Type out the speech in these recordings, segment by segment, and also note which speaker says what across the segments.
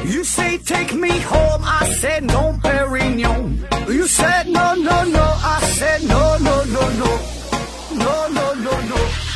Speaker 1: You say take me home, I said no, Perignon. You said no, no, no, I said no, no, no, no, no, no, no, no.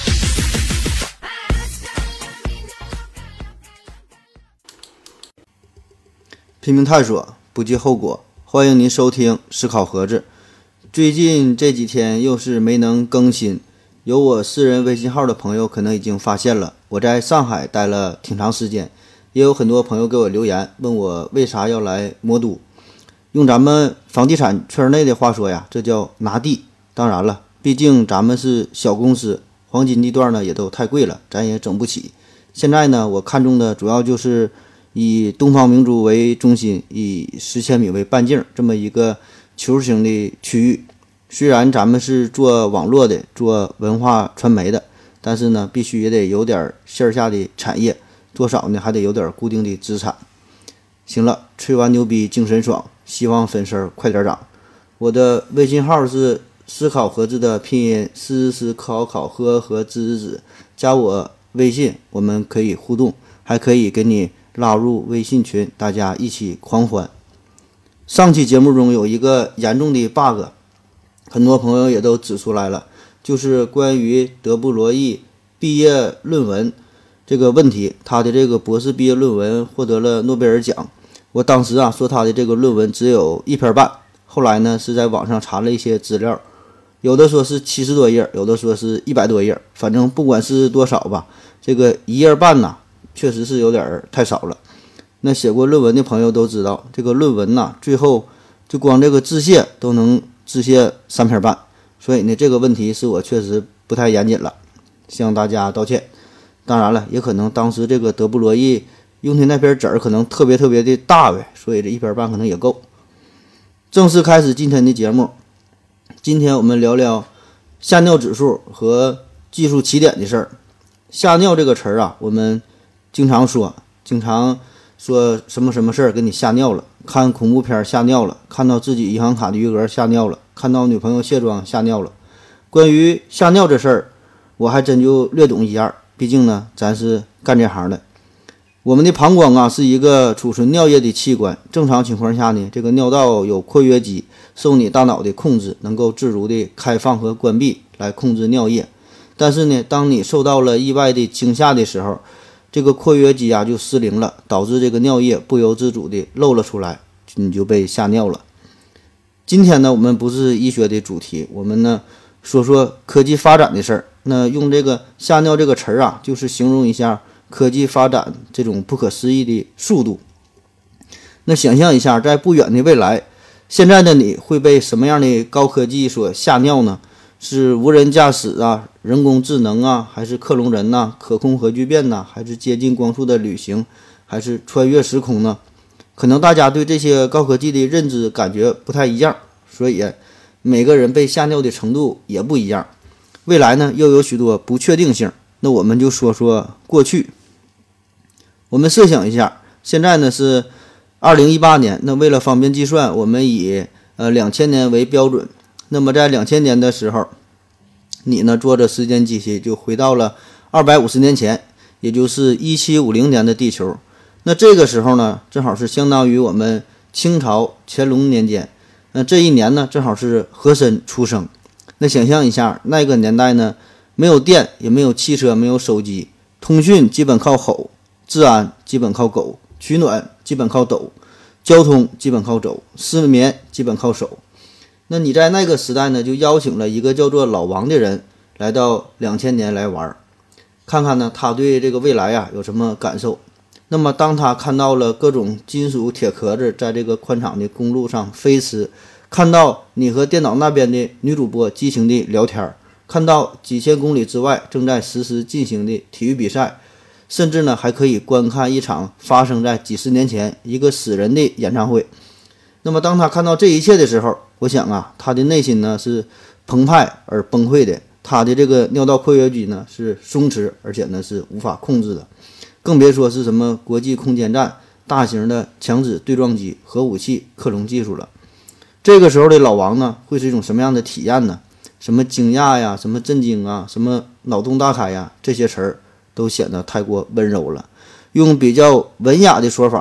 Speaker 2: 拼命探索，不计后果。欢迎您收听思考盒子。最近这几天又是没能更新，有我私人微信号的朋友可能已经发现了，我在上海待了挺长时间，也有很多朋友给我留言问我为啥要来魔都。用咱们房地产圈内的话说呀，这叫拿地。当然了，毕竟咱们是小公司，黄金地段呢也都太贵了，咱也整不起。现在呢，我看中的主要就是以东方明珠为中心，以10千米为半径，这么一个球形的区域。虽然咱们是做网络的，做文化传媒的，但是呢，必须也得有点线下的产业，多少呢还得有点固定的资产。行了，吹完牛逼精神爽，希望粉丝快点涨。我的微信号是思考盒子的拼音，思思考考呵呵滋滋，加我微信，我们可以互动，还可以给你拉入微信群，大家一起狂欢。上期节目中有一个严重的 bug， 很多朋友也都指出来了，就是关于德布罗意毕业论文这个问题。他的这个博士毕业论文获得了诺贝尔奖。我当时说他的这个论文只有1篇半，后来呢是在网上查了一些资料，有的说是70多页，有的说是100多页，反正不管是多少吧，这个1页半呐确实是有点太少了。那写过论文的朋友都知道，这个论文呐，最后就光这个致谢都能致谢3篇半，所以呢，这个问题是我确实不太严谨了，向大家道歉。当然了，也可能当时这个德布罗意用的那篇纸可能特别的大呗，所以这1篇半可能也够。正式开始今天的节目，今天我们聊聊吓尿指数和技术起点的事儿。吓尿这个词儿我们经常说什么什么事儿给你吓尿了，看恐怖片吓尿了，看到自己银行卡的余额吓尿了，看到女朋友卸妆吓尿了。关于吓尿这事儿，我还真就略懂一二，毕竟呢，咱是干这行的。我们的膀胱是一个储存尿液的器官，正常情况下呢，这个尿道有括约肌，受你大脑的控制，能够自如的开放和关闭来控制尿液。但是呢，当你受到了意外的惊吓的时候，这个括约肌就失灵了，导致这个尿液不由自主的漏了出来，你就被吓尿了。今天呢，我们不是医学的主题，我们呢说说科技发展的事儿。那用这个吓尿这个词儿就是形容一下科技发展这种不可思议的速度。那想象一下，在不远的未来，现在的你会被什么样的高科技所吓尿呢？是无人驾驶人工智能还是克隆人可空核聚变还是接近光速的旅行，还是穿越时空呢？可能大家对这些高科技的认知感觉不太一样，所以每个人被吓尿的程度也不一样。未来呢又有许多不确定性，那我们就说说过去。我们设想一下，现在呢是2018年，那为了方便计算，我们以2000年为标准。那么在2000年的时候，你呢坐着时间机器就回到了250年前，也就是1750年的地球。那这个时候呢，正好是相当于我们清朝乾隆年间。那这一年呢，正好是和珅出生。那想象一下，那个年代呢，没有电，也没有汽车，没有手机，通讯基本靠吼，治安基本靠狗，取暖基本靠抖，交通基本靠走，失眠基本靠手。那你在那个时代呢，就邀请了一个叫做老王的人来到2000年来玩，看看呢他对这个未来有什么感受。那么当他看到了各种金属铁壳子在这个宽敞的公路上飞驰，看到你和电脑那边的女主播激情的聊天，看到几千公里之外正在实时进行的体育比赛，甚至呢还可以观看一场发生在几十年前一个死人的演唱会。那么当他看到这一切的时候，我想他的内心呢是澎湃而崩溃的，他的这个尿道括约肌呢是松弛，而且呢是无法控制的，更别说是什么国际空间站、大型的强子对撞机、核武器、克隆技术了。这个时候的老王呢，会是一种什么样的体验呢？什么惊讶呀，什么震惊什么脑洞大开呀，这些词儿都显得太过温柔了。用比较文雅的说法，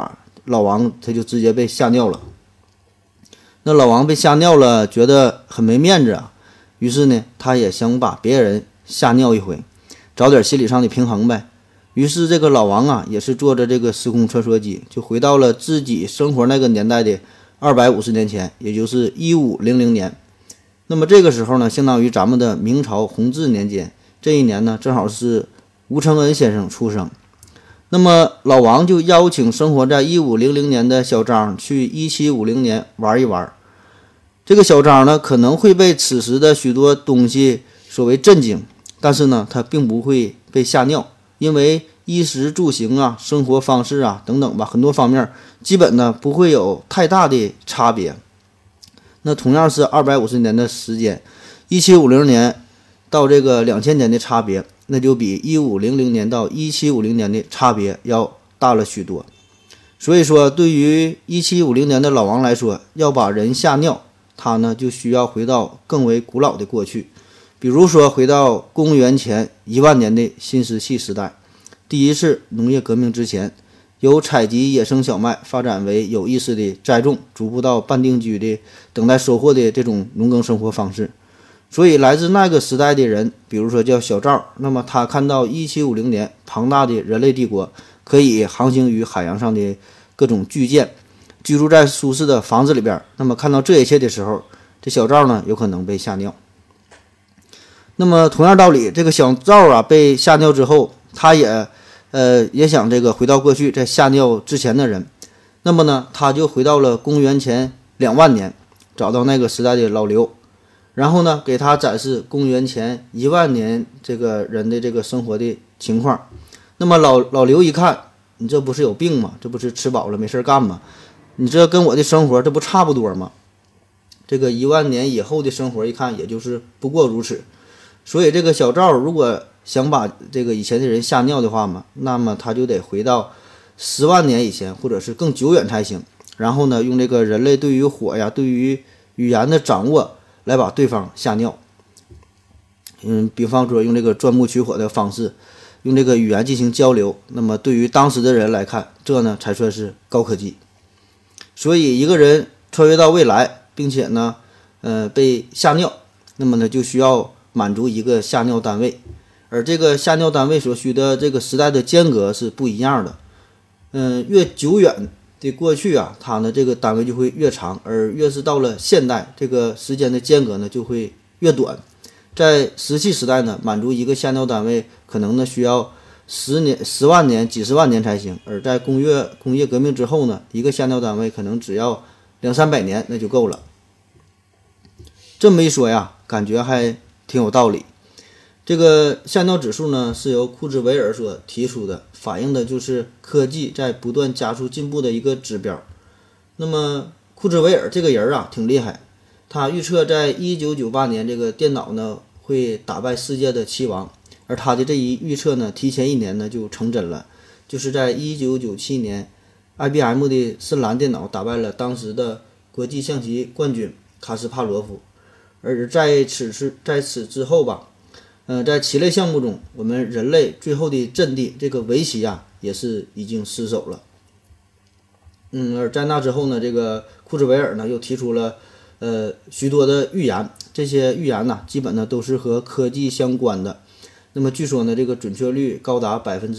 Speaker 2: 老王他就直接被吓尿了。那老王被吓尿了，觉得很没面子啊，于是呢，他也想把别人吓尿一回，找点心理上的平衡呗。于是这个老王啊，也是坐着这个时空穿梭机，就回到了自己生活那个年代的250年前，也就是1500年。那么这个时候呢，相当于咱们的明朝弘治年间，这一年呢，正好是吴承恩先生出生。那么老王就邀请生活在1500年的小张去1750年玩一玩。这个小张呢，可能会被此时的许多东西所为震惊，但是呢，他并不会被吓尿，因为衣食住行啊、生活方式啊等等吧，很多方面基本呢不会有太大的差别。那同样是250年的时间，1750年到这个2000年的差别，那就比1500年到1750年的差别要大了许多。所以说，对于1750年的老王来说，要把人吓尿，他呢就需要回到更为古老的过去，比如说回到公元前10000年的新石器时代，第一次农业革命之前，由采集野生小麦发展为有意识的栽种，逐步到半定居的等待收获的这种农耕生活方式。所以来自那个时代的人，比如说叫小赵，那么他看到1750年庞大的人类帝国可以航行于海洋上的各种巨舰，居住在舒适的房子里边，那么看到这一切的时候，这小赵呢有可能被吓尿。那么同样道理，这个小赵啊被吓尿之后，他也想这个回到过去，在吓尿之前的人，那么呢他就回到了公元前20000年，找到那个时代的老刘，然后呢给他展示公元前10000年这个人的这个生活的情况。那么老刘一看，你这不是有病吗？这不是吃饱了没事干吗？你这跟我的生活这不差不多吗？这个10000年以后的生活一看也就是不过如此。所以这个小赵如果想把这个以前的人吓尿的话嘛，那么他就得回到10万年以前，或者是更久远才行。然后呢，用这个人类对于火呀、对于语言的掌握来把对方吓尿。比方说用这个钻木取火的方式，用这个语言进行交流。那么对于当时的人来看，这呢才算是高科技。所以一个人穿越到未来，并且呢，被吓尿，那么呢就需要满足一个吓尿单位，而这个吓尿单位所需的这个时代的间隔是不一样的。越久远的过去啊，它呢这个单位就会越长，而越是到了现代，这个时间的间隔呢就会越短。在石器时代呢，满足一个吓尿单位可能呢需要10年、10万年、几十万年才行，而在工业革命之后呢，一个吓尿单位可能只要200-300年那就够了。这么一说呀，感觉还挺有道理。这个吓尿指数呢是由库兹韦尔所提出的，反映的就是科技在不断加速进步的一个指标。那么库兹韦尔这个人啊挺厉害，他预测在1998年这个电脑呢会打败世界的棋王，而他的这一预测呢提前1年呢就成真了，就是在1997年 IBM 的深蓝电脑打败了当时的国际象棋冠军卡斯帕罗夫。而在此之后吧，在棋类项目中，我们人类最后的阵地这个围棋啊，也是已经失守了。而在那之后呢，这个库兹韦尔呢又提出了许多的预言，这些预言呢基本呢都是和科技相关的。那么据说呢，这个准确率高达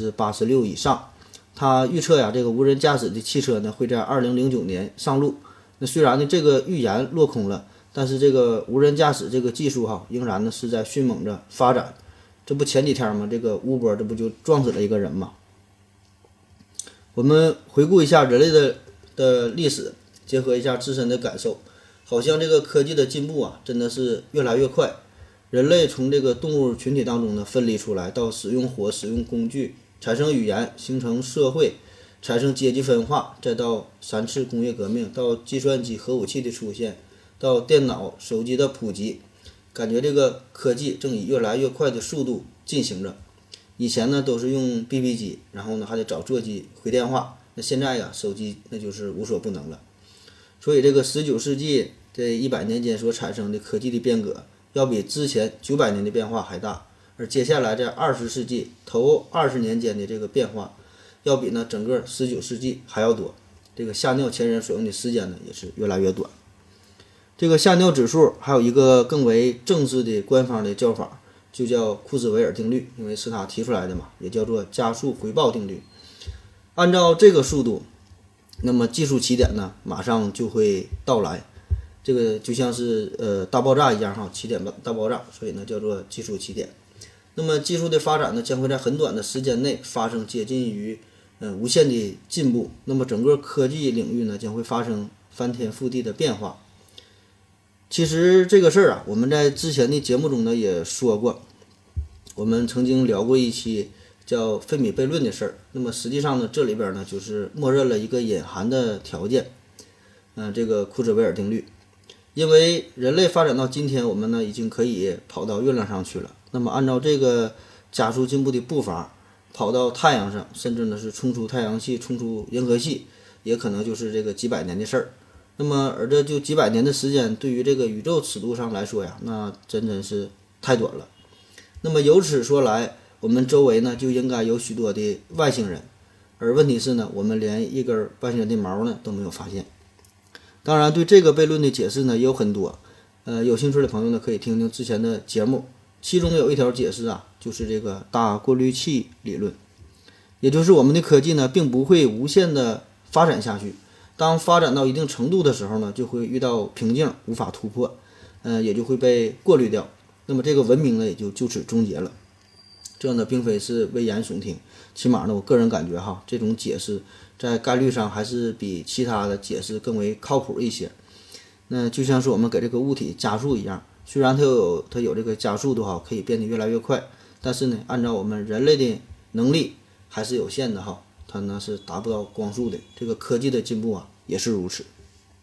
Speaker 2: 86%以上。他预测呀，这个无人驾驶的汽车呢会在2009年上路。那虽然呢这个预言落空了，但是这个无人驾驶这个技术仍然呢是在迅猛着发展。这不前几天嘛，这个乌波这不就撞死了一个人嘛。我们回顾一下人类的历史，结合一下自身的感受，好像这个科技的进步啊，真的是越来越快。人类从这个动物群体当中呢分离出来，到使用火、使用工具，产生语言，形成社会，产生阶级分化，再到3次工业革命，到计算机、核武器的出现，到电脑、手机的普及，感觉这个科技正以越来越快的速度进行着。以前呢都是用 BB 机，然后呢还得找座机回电话，那现在呀手机那就是无所不能了。所以这个19世纪这100年间所产生的科技的变革，要比之前900年的变化还大。而接下来在20世纪头20年间的这个变化，要比呢整个19世纪还要多。 这个吓尿前人所用的时间呢也是越来越短。这个吓尿指数还有一个更为正式的官方的叫法，就叫库兹韦尔定律，因为是他提出来的嘛，也叫做加速回报定律。按照这个速度，那么技术起点呢马上就会到来，这个就像是大爆炸一样哈，起点大爆炸，所以呢叫做技术起点。那么技术的发展呢将会在很短的时间内发生接近于无限的进步，那么整个科技领域呢将会发生翻天覆地的变化。其实这个事儿啊，我们在之前的节目中呢也说过，我们曾经聊过一期叫费米悖论的事儿。那么实际上呢，这里边呢就是默认了一个隐含的条件，这个库兹韦尔定律。因为人类发展到今天，我们呢已经可以跑到月亮上去了。那么按照这个加速进步的步伐，跑到太阳上，甚至呢是冲出太阳系、冲出银河系，也可能就是这个几百年的事儿。那么而这就几百年的时间，对于这个宇宙尺度上来说呀，那真是太短了。那么由此说来，我们周围呢就应该有许多的外星人，而问题是呢，我们连一根外星人的毛呢都没有发现。当然，对这个悖论的解释呢也有很多，有兴趣的朋友呢可以听听之前的节目，其中有一条解释啊，就是这个大过滤器理论，也就是我们的科技呢并不会无限的发展下去。当发展到一定程度的时候呢，就会遇到瓶颈，无法突破，也就会被过滤掉。那么这个文明呢，也就此终结了。这呢，并非是危言耸听，起码呢，我个人感觉哈，这种解释在概率上还是比其他的解释更为靠谱一些。那就像是我们给这个物体加速一样，虽然它有这个加速度哈，可以变得越来越快，但是呢，按照我们人类的能力还是有限的哈。它呢是达不到光速的，这个科技的进步啊也是如此。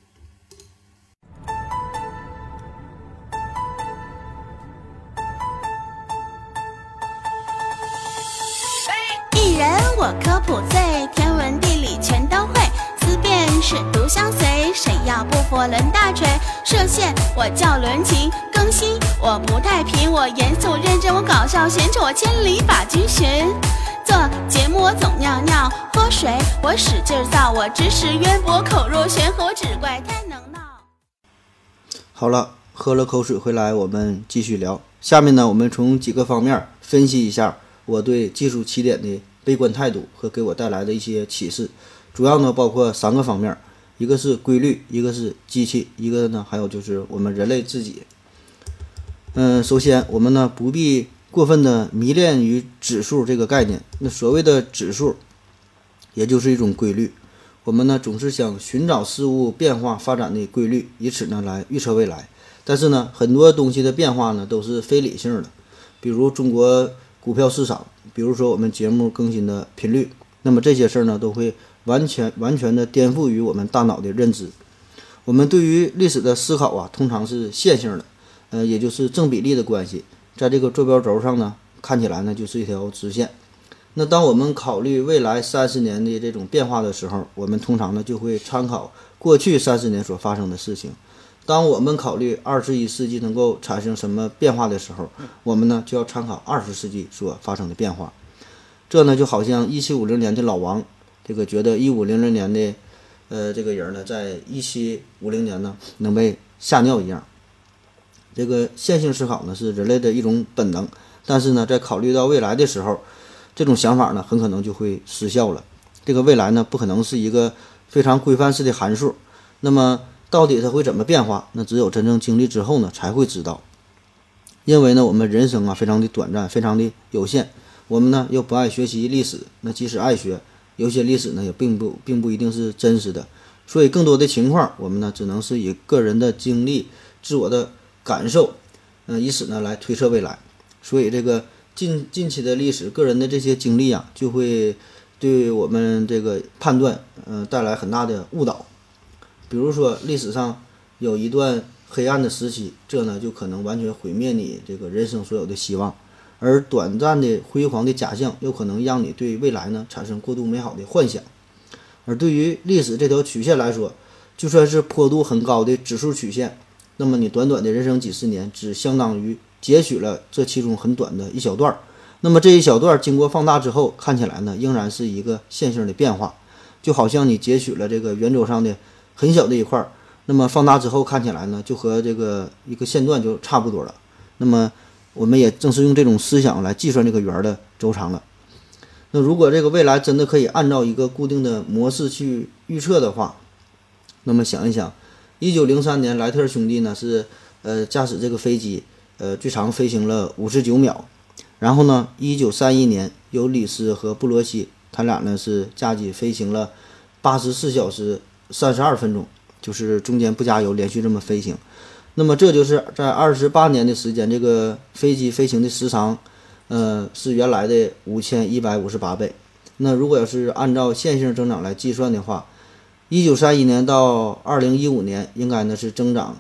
Speaker 3: 一人我科普最，天文地理全都会，思辨使读相随，谁要不服抡大锤，射线我叫伦琴，更新我不太平，我严肃认真，我搞笑闲扯，我千里把君寻。做节目我总尿尿，喝水我使劲造，我知识渊博，口若悬河，我只怪太能闹。
Speaker 2: 好了，喝了口水回来，我们继续聊。下面呢，我们从几个方面分析一下我对技术起点的悲观态度和给我带来的一些启示。主要呢包括3个方面，一个是规律，一个是机器，一个呢还有就是我们人类自己。首先我们呢不必过分的迷恋于指数这个概念。那所谓的指数，也就是一种规律。我们呢总是想寻找事物变化发展的规律，以此呢来预测未来。但是呢，很多东西的变化呢都是非理性的，比如中国股票市场，比如说我们节目更新的频率，那么这些事儿呢都会完全的颠覆于我们大脑的认知。我们对于历史的思考啊，通常是线性的，也就是正比例的关系。在这个坐标轴上呢，看起来呢就是一条直线。那当我们考虑未来30年的这种变化的时候，我们通常呢就会参考过去30年所发生的事情。当我们考虑21世纪能够产生什么变化的时候，我们呢就要参考20世纪所发生的变化。这呢就好像1750年的老王，这个觉得1500年的这个人呢，在1750年呢能被吓尿一样。这个线性思考呢是人类的一种本能，但是呢在考虑到未来的时候，这种想法呢很可能就会失效了。这个未来呢不可能是一个非常规范式的函数，那么到底它会怎么变化，那只有真正经历之后呢才会知道。因为呢我们人生啊非常的短暂，非常的有限，我们呢又不爱学习历史，那即使爱学，有些历史呢也并不一定是真实的，所以更多的情况我们呢只能是以个人的经历、自我的感受，以此呢来推测未来。所以这个近期的历史，个人的这些经历啊，就会对我们这个判断带来很大的误导。比如说历史上有一段黑暗的时期，这呢就可能完全毁灭你这个人生所有的希望，而短暂的辉煌的假象又可能让你对未来呢产生过度美好的幻想。而对于历史这条曲线来说，就算是坡度很高的指数曲线，那么你短短的人生几十年只相当于截取了这其中很短的一小段，那么这一小段经过放大之后，看起来呢仍然是一个线性的变化。 就好像你截取了这个圆周上的很小的一块，那么放大之后看起来呢，就和这个一个线段就差不多了。那么我们也正是用这种思想来计算这个圆的周长了。那如果这个未来真的可以按照一个固定的模式去预测的话，那么想一想，1903年莱特兄弟呢是驾驶这个飞机最长飞行了59秒，然后呢1931年由李斯和布罗西他俩呢是驾机飞行了84小时32分钟，就是中间不加油连续这么飞行。那么这就是在28年的时间，这个飞机飞行的时长是原来的5158倍。那如果要是按照线性增长来计算的话，1931年到2015年应该呢是增长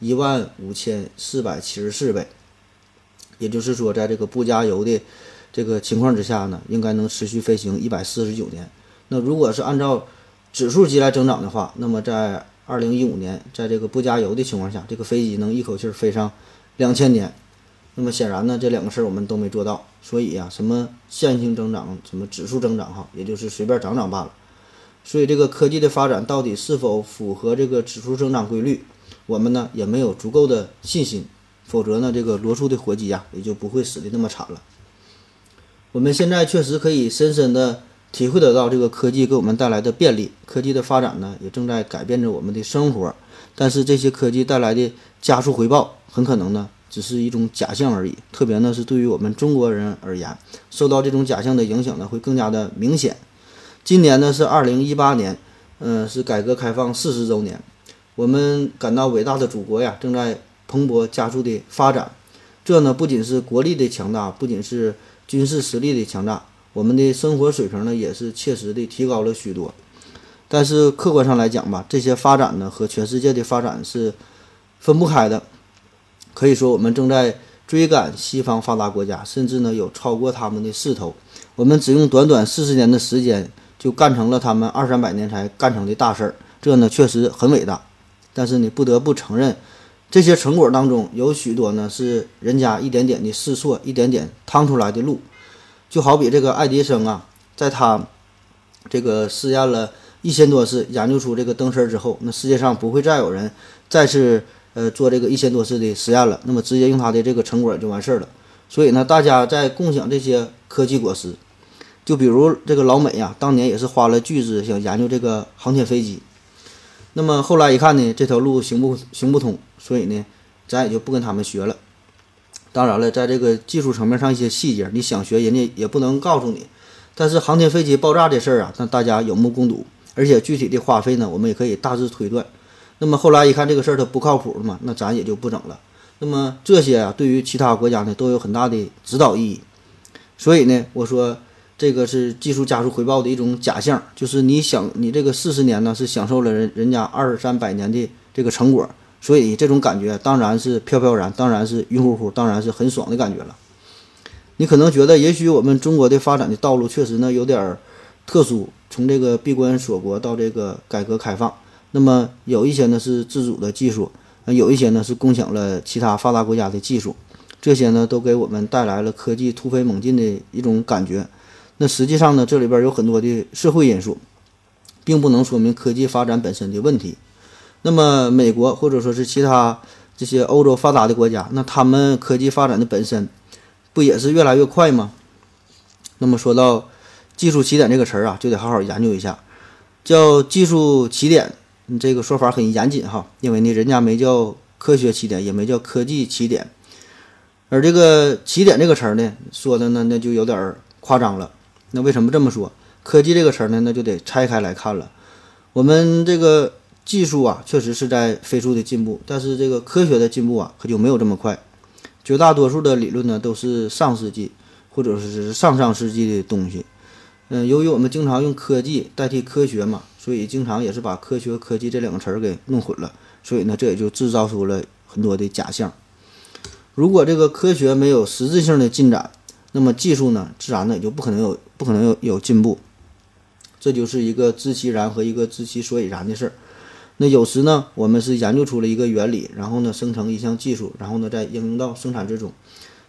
Speaker 2: 15474倍，也就是说在这个不加油的这个情况之下呢，应该能持续飞行149年。那如果是按照指数级来增长的话，那么在2015年在这个不加油的情况下，这个飞机能一口气飞上2000年。那么显然呢，这两个事儿我们都没做到，所以什么线性增长，什么指数增长也就是随便涨涨罢了。所以这个科技的发展到底是否符合这个指数增长规律，我们呢也没有足够的信心，否则呢这个罗素的火鸡也就不会死得那么惨了。我们现在确实可以深深的体会得到这个科技给我们带来的便利，科技的发展呢也正在改变着我们的生活，但是这些科技带来的加速回报很可能呢只是一种假象而已，特别呢是对于我们中国人而言，受到这种假象的影响呢会更加的明显。今年呢是2018年，是改革开放40周年，我们感到伟大的祖国呀正在蓬勃加速的发展，这呢不仅是国力的强大，不仅是军事实力的强大，我们的生活水平呢也是切实的提高了许多。但是客观上来讲吧，这些发展呢和全世界的发展是分不开的，可以说我们正在追赶西方发达国家，甚至呢有超过他们的势头。我们只用短短40年的时间就干成了他们200-300年才干成的大事儿，这呢确实很伟大。但是你不得不承认，这些成果当中有许多呢是人家一点点的试错，一点点趟出来的路。就好比这个爱迪生在他这个试验了1000多次，研究出这个灯丝之后，那世界上不会再有人再次做这个1000多次的实验了，那么直接用他的这个成果就完事儿了。所以呢，大家在共享这些科技果实。就比如这个老美当年也是花了巨资想研究这个航天飞机，那么后来一看呢，这条路行不通，所以呢，咱也就不跟他们学了。当然了，在这个技术层面上一些细节，你想学人家也不能告诉你。但是航天飞机爆炸这事儿那大家有目共睹，而且具体的花费呢，我们也可以大致推断。那么后来一看这个事儿它不靠谱了嘛，那咱也就不整了。那么这些对于其他国家呢都有很大的指导意义。所以呢，我说这个是技术加速回报的一种假象，就是你这个40年呢是享受了人家200-300年的这个成果，所以这种感觉当然是飘飘然，当然是晕乎乎，当然是很爽的感觉了。你可能觉得也许我们中国的发展的道路确实呢有点特殊，从这个闭关锁国到这个改革开放，那么有一些呢是自主的技术，有一些呢是共享了其他发达国家的技术，这些呢都给我们带来了科技突飞猛进的一种感觉。那实际上呢，这里边有很多的社会因素，并不能说明科技发展本身的问题。那么美国或者说是其他这些欧洲发达的国家，那他们科技发展的本身不也是越来越快吗？那么说到技术起点这个词儿就得好好研究一下。叫技术起点，这个说法很严谨因为呢人家没叫科学起点，也没叫科技起点。而这个起点这个词儿呢，说的呢那就有点夸张了。那为什么这么说？科技这个词儿呢，那就得拆开来看了。我们这个技术确实是在飞速的进步，但是这个科学的进步可就没有这么快。绝大多数的理论呢，都是上世纪或者是上世纪的东西。由于我们经常用科技代替科学嘛，所以经常也是把科学、科技这两个词儿给弄混了。所以呢，这也就制造出了很多的假象。如果这个科学没有实质性的进展，那么技术呢，自然呢也就不可能有进步。这就是一个知其然和一个知其所以然的事儿。那有时呢，我们是研究出了一个原理，然后呢生成一项技术，然后呢再应用到生产之中。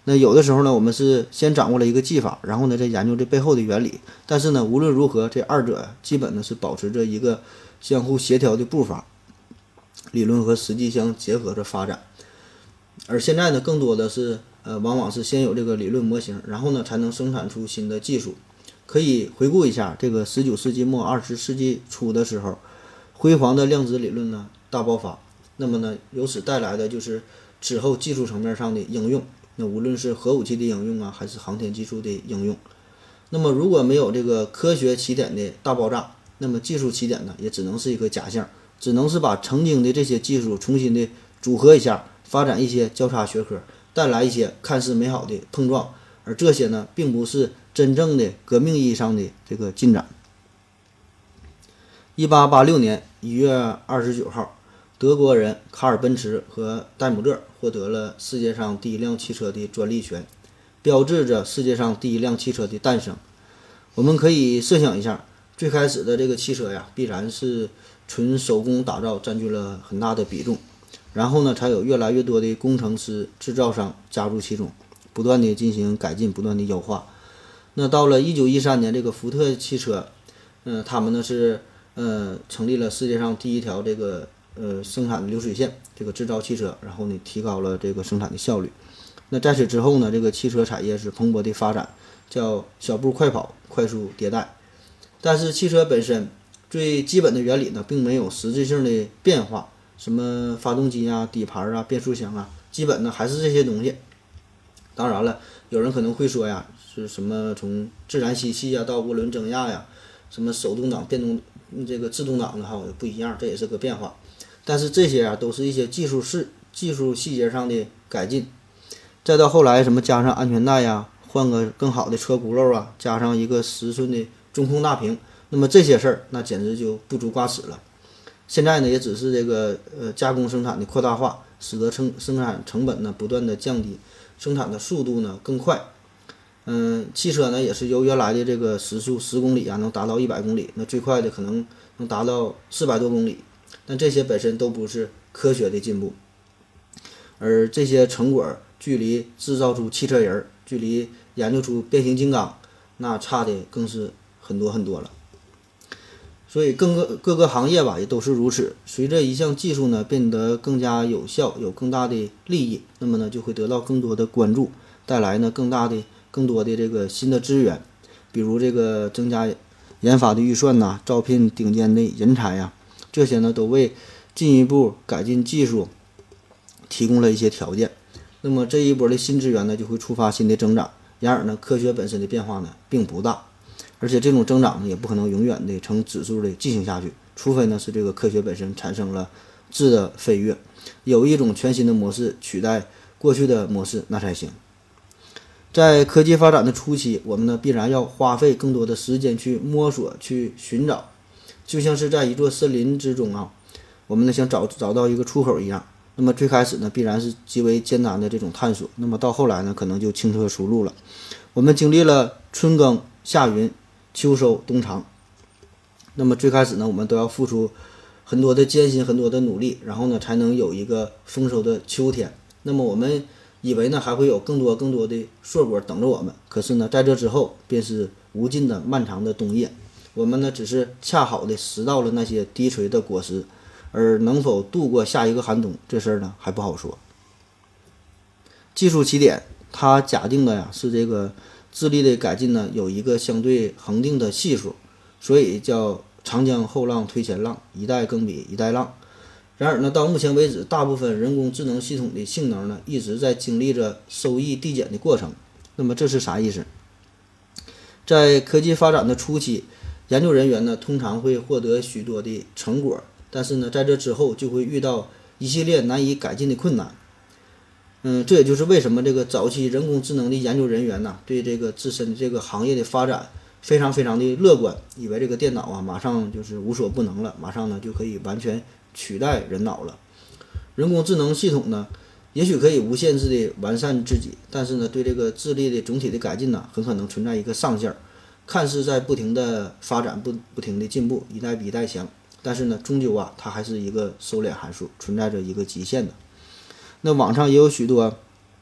Speaker 2: 那有的时候呢，我们是先掌握了一个技法，然后呢再研究这背后的原理。但是呢，无论如何，这二者基本呢是保持着一个相互协调的步伐，理论和实际相结合着发展。而现在呢，更多的是往往是先有这个理论模型，然后呢才能生产出新的技术。可以回顾一下这个19世纪末20世纪初的时候，辉煌的量子理论呢大爆发，那么呢由此带来的就是之后技术层面上的应用，那无论是核武器的应用啊，还是航天技术的应用。那么如果没有这个科学起点的大爆炸，那么技术起点呢也只能是一个假象，只能是把曾经的这些技术重新的组合一下，发展一些交叉学科，带来一些看似美好的碰撞，而这些呢并不是真正的革命意义上的这个进展。1886年1月29号，德国人卡尔奔驰和戴姆勒获得了世界上第一辆汽车的专利权，标志着世界上第一辆汽车的诞生。我们可以设想一下，最开始的这个汽车呀，必然是纯手工打造，占据了很大的比重，然后呢才有越来越多的工程师、制造商加入其中，不断的进行改进，不断的优化。那到了1913年，这个福特汽车，他们呢是成立了世界上第一条这个生产的流水线，这个制造汽车，然后呢提高了这个生产的效率。那在此之后呢，这个汽车产业是蓬勃的发展，叫小步快跑，快速迭代。但是汽车本身最基本的原理呢，并没有实质性的变化，什么发动机啊、底盘啊、变速箱啊，基本呢还是这些东西。当然了，有人可能会说呀，是什么从自然吸气啊到涡轮增压呀，什么手动挡、电动这个自动挡的哈不一样，这也是个变化。但是这些啊都是一些技术细节上的改进。再到后来什么加上安全带呀，换个更好的车轱辘啊，加上一个10寸的中控大屏，那么这些事儿那简直就不足挂齿了。现在呢也只是这个加工生产的扩大化，使得生产成本呢不断的降低，生产的速度呢更快。汽车呢也是由原来的这个时速10公里啊，能达到100公里，那最快的可能能达到400多公里。但这些本身都不是科学的进步，而这些成果距离制造出汽车人，距离研究出变形金刚，那差的更是很多很多了。所以各个行业吧也都是如此，随着一项技术呢变得更加有效，有更大的利益，那么呢就会得到更多的关注，带来呢更多的这个新的资源，比如这个增加研发的预算呐，招聘顶尖的人才呀，这些呢都为进一步改进技术提供了一些条件。那么这一波的新资源呢就会触发新的增长，然而呢科学本身的变化呢并不大，而且这种增长呢也不可能永远的呈指数的进行下去，除非呢是这个科学本身产生了质的飞跃，有一种全新的模式取代过去的模式，那才行。在科技发展的初期，我们呢必然要花费更多的时间去摸索、去寻找，就像是在一座森林之中啊，我们呢想找到一个出口一样。那么最开始呢必然是极为艰难的这种探索，那么到后来呢可能就轻车熟路了。我们经历了春耕、夏耘、秋收、冬藏，那么最开始呢我们都要付出很多的艰辛、很多的努力，然后呢才能有一个丰收的秋天。那么我们以为呢还会有更多的硕果等着我们，可是呢在这之后便是无尽的漫长的冬夜，我们呢只是恰好的拾到了那些低垂的果实，而能否度过下一个寒冬，这事儿呢还不好说。技术起点它假定的呀是这个智力的改进呢有一个相对恒定的系数，所以叫长江后浪推前浪，一代更比一代浪。然而呢，到目前为止，大部分人工智能系统的性能呢，一直在经历着收益递减的过程。那么这是啥意思？在科技发展的初期，研究人员呢通常会获得许多的成果，但是呢，在这之后就会遇到一系列难以改进的困难。这也就是为什么这个早期人工智能的研究人员呢，对这个自身的这个行业的发展非常的乐观，以为这个电脑啊马上就是无所不能了，马上呢就可以完全取代人脑了。人工智能系统呢，也许可以无限制的完善自己，但是呢，对这个智力的总体的改进呢，很可能存在一个上限。看似在不停的发展，不停的进步，一代比一代强，但是呢，终究啊，它还是一个收敛函数，存在着一个极限的。那网上也有许多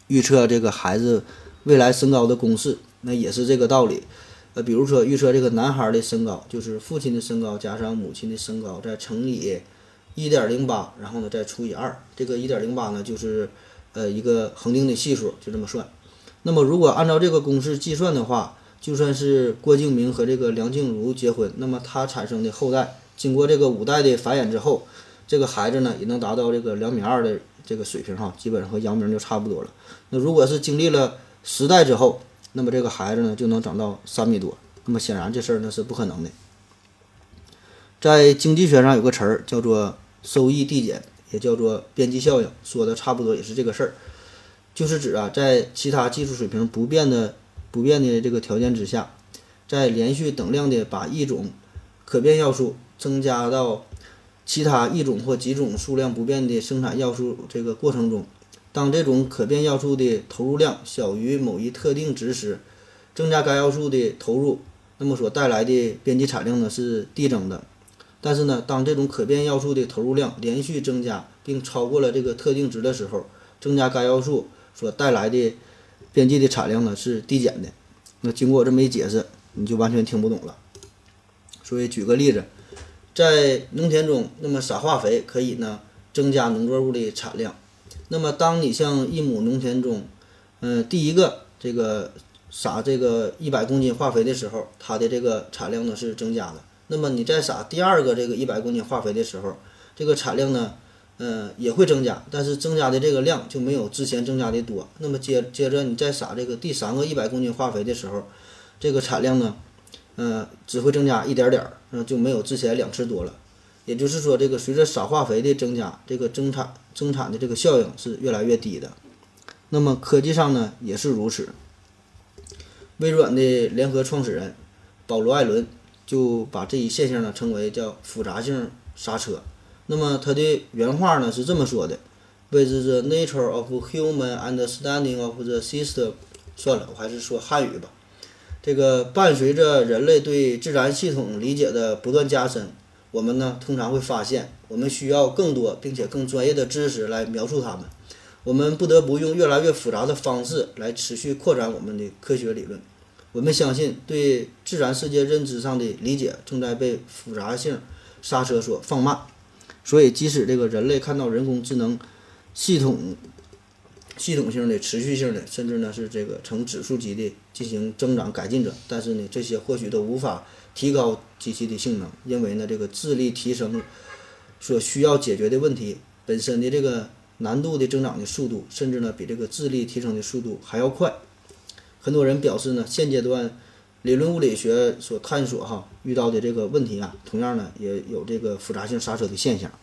Speaker 2: 预测这个孩子未来身高的公式，那也是这个道理。比如说预测这个男孩的身高，就是父亲的身高加上母亲的身高再乘以1.08，然后呢再除以2。这个1.08呢就是一个恒定的系数，就这么算。那么如果按照这个公式计算的话，就算是郭敬明和这个梁静茹结婚，那么他产生的后代经过这个5代的繁衍之后，这个孩子呢也能达到这个2.2米的这个水平哈，基本上和姚明就差不多了。那如果是经历了10代之后，那么这个孩子呢就能长到3米多。那么显然这事儿呢是不可能的。在经济学上有个词儿叫做收益递减，也叫做边际效应，说的差不多也是这个事儿，就是指在其他技术水平不变的这个条件之下，在连续等量的把一种可变要素增加到其他一种或几种数量不变的生产要素这个过程中，当这种可变要素的投入量小于某一特定值时，增加该要素的投入，那么所带来的边际产量呢是递增的。但是呢，当这种可变要素的投入量连续增加并超过了这个特定值的时候，增加该要素所带来的边际的产量呢是递减的。那经过我这么一解释，你就完全听不懂了。所以举个例子，在农田中，那么撒化肥可以呢增加农作物的产量。那么当你像1亩农田中，第一个这个撒这个100公斤化肥的时候，它的这个产量呢是增加的。那么你再撒第二个这个100公斤化肥的时候，这个产量呢也会增加，但是增加的这个量就没有之前增加的多。那么接着你再撒这个第3个100公斤化肥的时候，这个产量呢只会增加一点点，就没有之前2次多了。也就是说，这个随着撒化肥的增加，这个增产的这个效应是越来越低的。那么科技上呢也是如此。微软的联合创始人保罗·艾伦就把这一现象呢称为叫复杂性刹车。那么他的原话呢是这么说的 ：“With the nature of human understanding of the system。”算了，我还是说汉语吧。这个伴随着人类对自然系统理解的不断加深，我们呢通常会发现，我们需要更多并且更专业的知识来描述它们。我们不得不用越来越复杂的方式来持续扩展我们的科学理论。我们相信，对自然世界认知上的理解正在被复杂性刹车所放慢。所以，即使这个人类看到人工智能系统性的、持续性的，甚至呢是这个呈指数级的进行增长改进者，但是呢，这些或许都无法提高机器的性能，因为呢，这个智力提升所需要解决的问题本身的这个难度的增长的速度，甚至呢比这个智力提升的速度还要快。很多人表示呢，现阶段理论物理学所探索遇到的这个问题同样呢也有这个复杂性刹车的现象。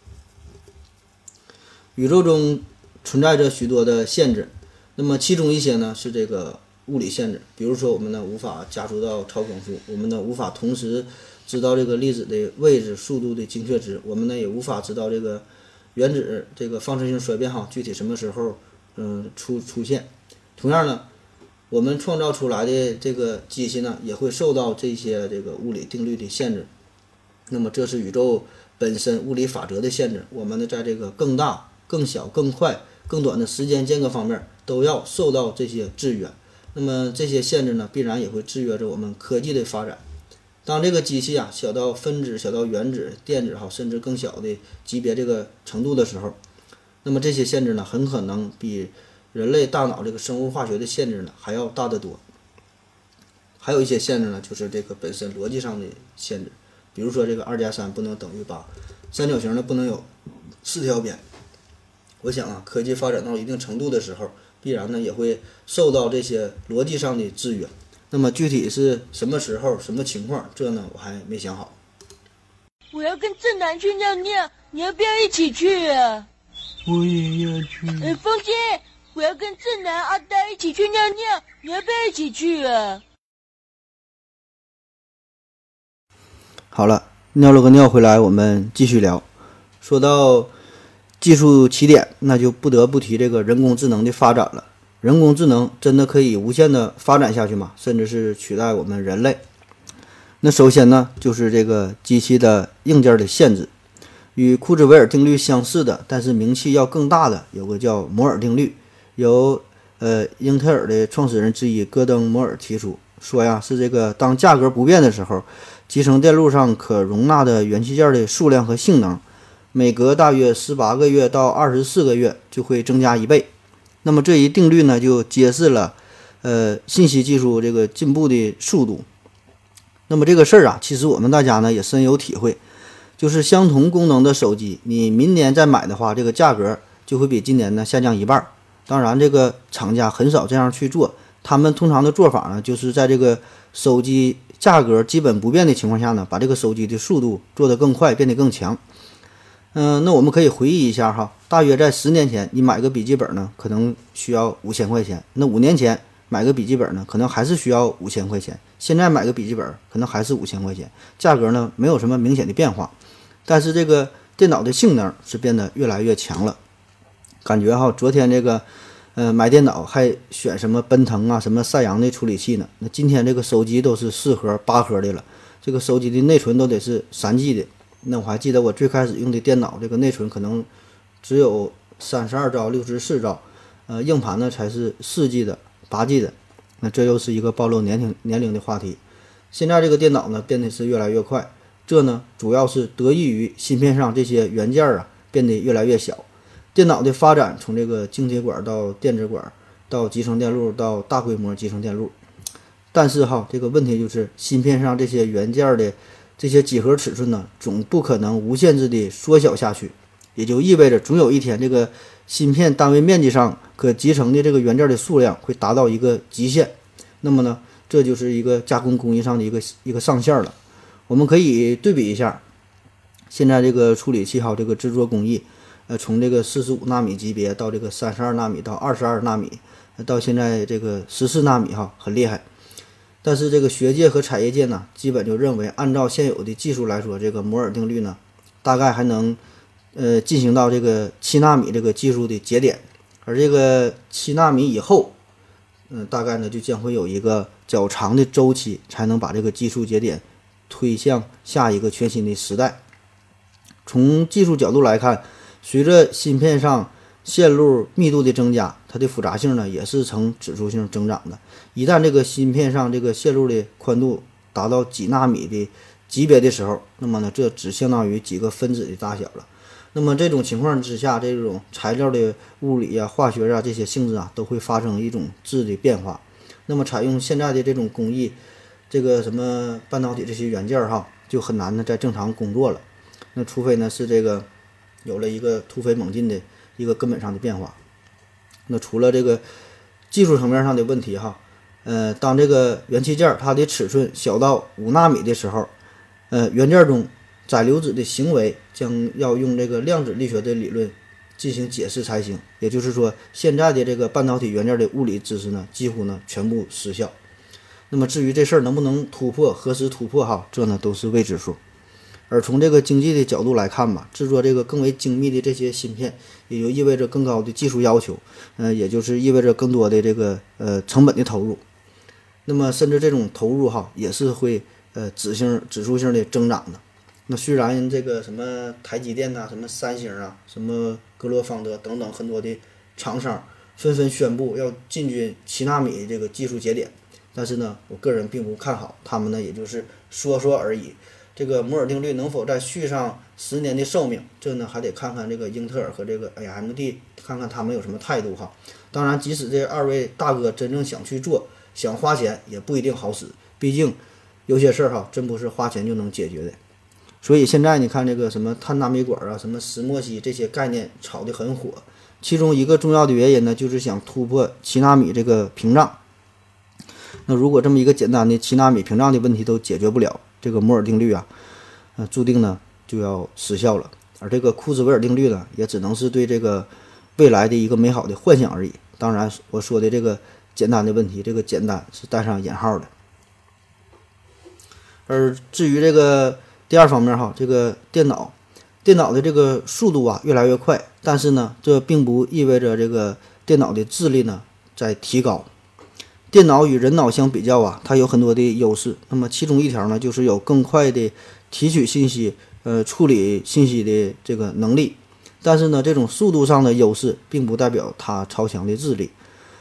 Speaker 2: 宇宙中存在着许多的限制，那么其中一些呢是这个物理限制，比如说我们呢无法加速到超光速，我们呢无法同时知道这个粒子的位置、速度的精确值，我们呢也无法知道这个原子这个放射性衰变具体什么时候出现。同样呢，我们创造出来的这个机器呢也会受到这些这个物理定律的限制。那么这是宇宙本身物理法则的限制，我们呢在这个更大、更小、更快、更短的时间间隔方面都要受到这些制约。那么这些限制呢必然也会制约着我们科技的发展。当这个机器小到分子、小到原子、电子甚至更小的级别这个程度的时候，那么这些限制呢很可能比人类大脑这个生物化学的限制呢还要大得多。还有一些限制呢就是这个本身逻辑上的限制，比如说这个2+3不能等于8，三角形呢不能有4条边。我想科技发展到一定程度的时候，必然呢也会受到这些逻辑上的制约。那么具体是什么时候、什么情况，这呢我还没想好。
Speaker 4: 我要跟正南去尿尿，你要不要一起去啊？
Speaker 5: 我也要去。
Speaker 4: 风姐，我要跟正南、阿呆一起去尿尿，你要不要一起去啊？
Speaker 2: 好了，尿了个尿回来，我们继续聊。说到技术起点，那就不得不提这个人工智能的发展了。人工智能真的可以无限的发展下去吗？甚至是取代我们人类？那首先呢，就是这个机器的硬件的限制。与库兹韦尔定律相似的，但是名气要更大的，有个叫摩尔定律，由英特尔的创始人之一戈登摩尔提出说呀，是这个当价格不变的时候，集成电路上可容纳的元器件的数量和性能，每隔大约18个月到24个月就会增加1倍。那么这一定律呢，就揭示了信息技术这个进步的速度。那么这个事儿啊，其实我们大家呢也深有体会，就是相同功能的手机，你明年再买的话，这个价格就会比今年呢下降1半。当然，这个厂家很少这样去做，他们通常的做法呢，就是在这个手机价格基本不变的情况下呢，把这个手机的速度做得更快，变得更强。那我们可以回忆一下哈，大约在10年前，你买个笔记本呢，可能需要5000块钱。那5年前买个笔记本呢，可能还是需要5000块钱。现在买个笔记本可能还是5000块钱，价格呢没有什么明显的变化，但是这个电脑的性能是变得越来越强了。感觉哈，昨天这个买电脑还选什么奔腾啊、什么赛扬的处理器呢？那今天这个手机都是4核、8核的了，这个手机的内存都得是3G 的。那我还记得我最开始用的电脑，这个内存可能只有32兆、64兆，硬盘呢才是4G 的、8G 的。那这又是一个暴露年龄的话题。现在这个电脑呢变得是越来越快，这呢主要是得益于芯片上这些元件啊变得越来越小。电脑的发展从这个晶体管到电子管到集成电路到大规模集成电路，但是哈，这个问题就是芯片上这些元件的这些几何尺寸呢，总不可能无限制的缩小下去，也就意味着总有一天这个芯片单位面积上可集成的这个元件的数量会达到一个极限。那么呢，这就是一个加工工艺上的一个上限了。我们可以对比一下，现在这个处理器这个制作工艺。从这个45纳米级别到这个32纳米到22纳米，到现在这个14纳米很厉害。但是这个学界和产业界呢，基本就认为，按照现有的技术来说，这个摩尔定律呢，大概还能进行到这个7纳米这个技术的节点，而这个7纳米以后，大概呢就将会有一个较长的周期，才能把这个技术节点推向下一个全新的时代。从技术角度来看，随着芯片上线路密度的增加，它的复杂性呢也是呈指数性增长的。一旦这个芯片上这个线路的宽度达到几纳米的级别的时候，那么呢这只相当于几个分子的大小了。那么这种情况之下，这种材料的物理啊、化学啊这些性质啊都会发生一种质的变化。那么采用现在的这种工艺，这个什么半导体这些元件就很难的再正常工作了。那除非呢是这个有了一个突飞猛进的一个根本上的变化。那除了这个技术层面上的问题当这个元器件它的尺寸小到5纳米的时候，元件中载流子的行为将要用这个量子力学的理论进行解释才行。也就是说，现在的这个半导体元件的物理知识呢，几乎呢全部失效。那么至于这事儿能不能突破，何时突破这呢都是未知数。而从这个经济的角度来看吧，制作这个更为精密的这些芯片，也就意味着更高的技术要求，也就是意味着更多的这个成本的投入。那么甚至这种投入也是会指数性的增长的。那虽然这个什么台积电什么三星什么格罗方德等等很多的厂商纷纷宣布要进军7纳米这个技术节点，但是呢，我个人并不看好，他们呢也就是说说而已。这个摩尔定律能否再续上10年的寿命，这呢还得看看这个英特尔和这个 AMD 看看他们有什么态度当然，即使这2位大哥真正想去做，想花钱也不一定好使，毕竟有些事儿真不是花钱就能解决的。所以现在你看这个什么碳纳米管什么石墨烯这些概念炒得很火，其中一个重要的原因呢，就是想突破7纳米这个屏障。那如果这么一个简单的7纳米屏障的问题都解决不了，这个摩尔定律注定呢就要失效了。而这个库兹韦尔定律呢，也只能是对这个未来的一个美好的幻想而已。当然，我说的这个简单的问题，这个简单是带上引号的。而至于这个第二方面这个电脑的这个速度越来越快，但是呢，这并不意味着这个电脑的智力呢在提高。电脑与人脑相比较它有很多的优势。那么其中一条呢，就是有更快的提取信息、处理信息的这个能力。但是呢，这种速度上的优势并不代表它超强的智力。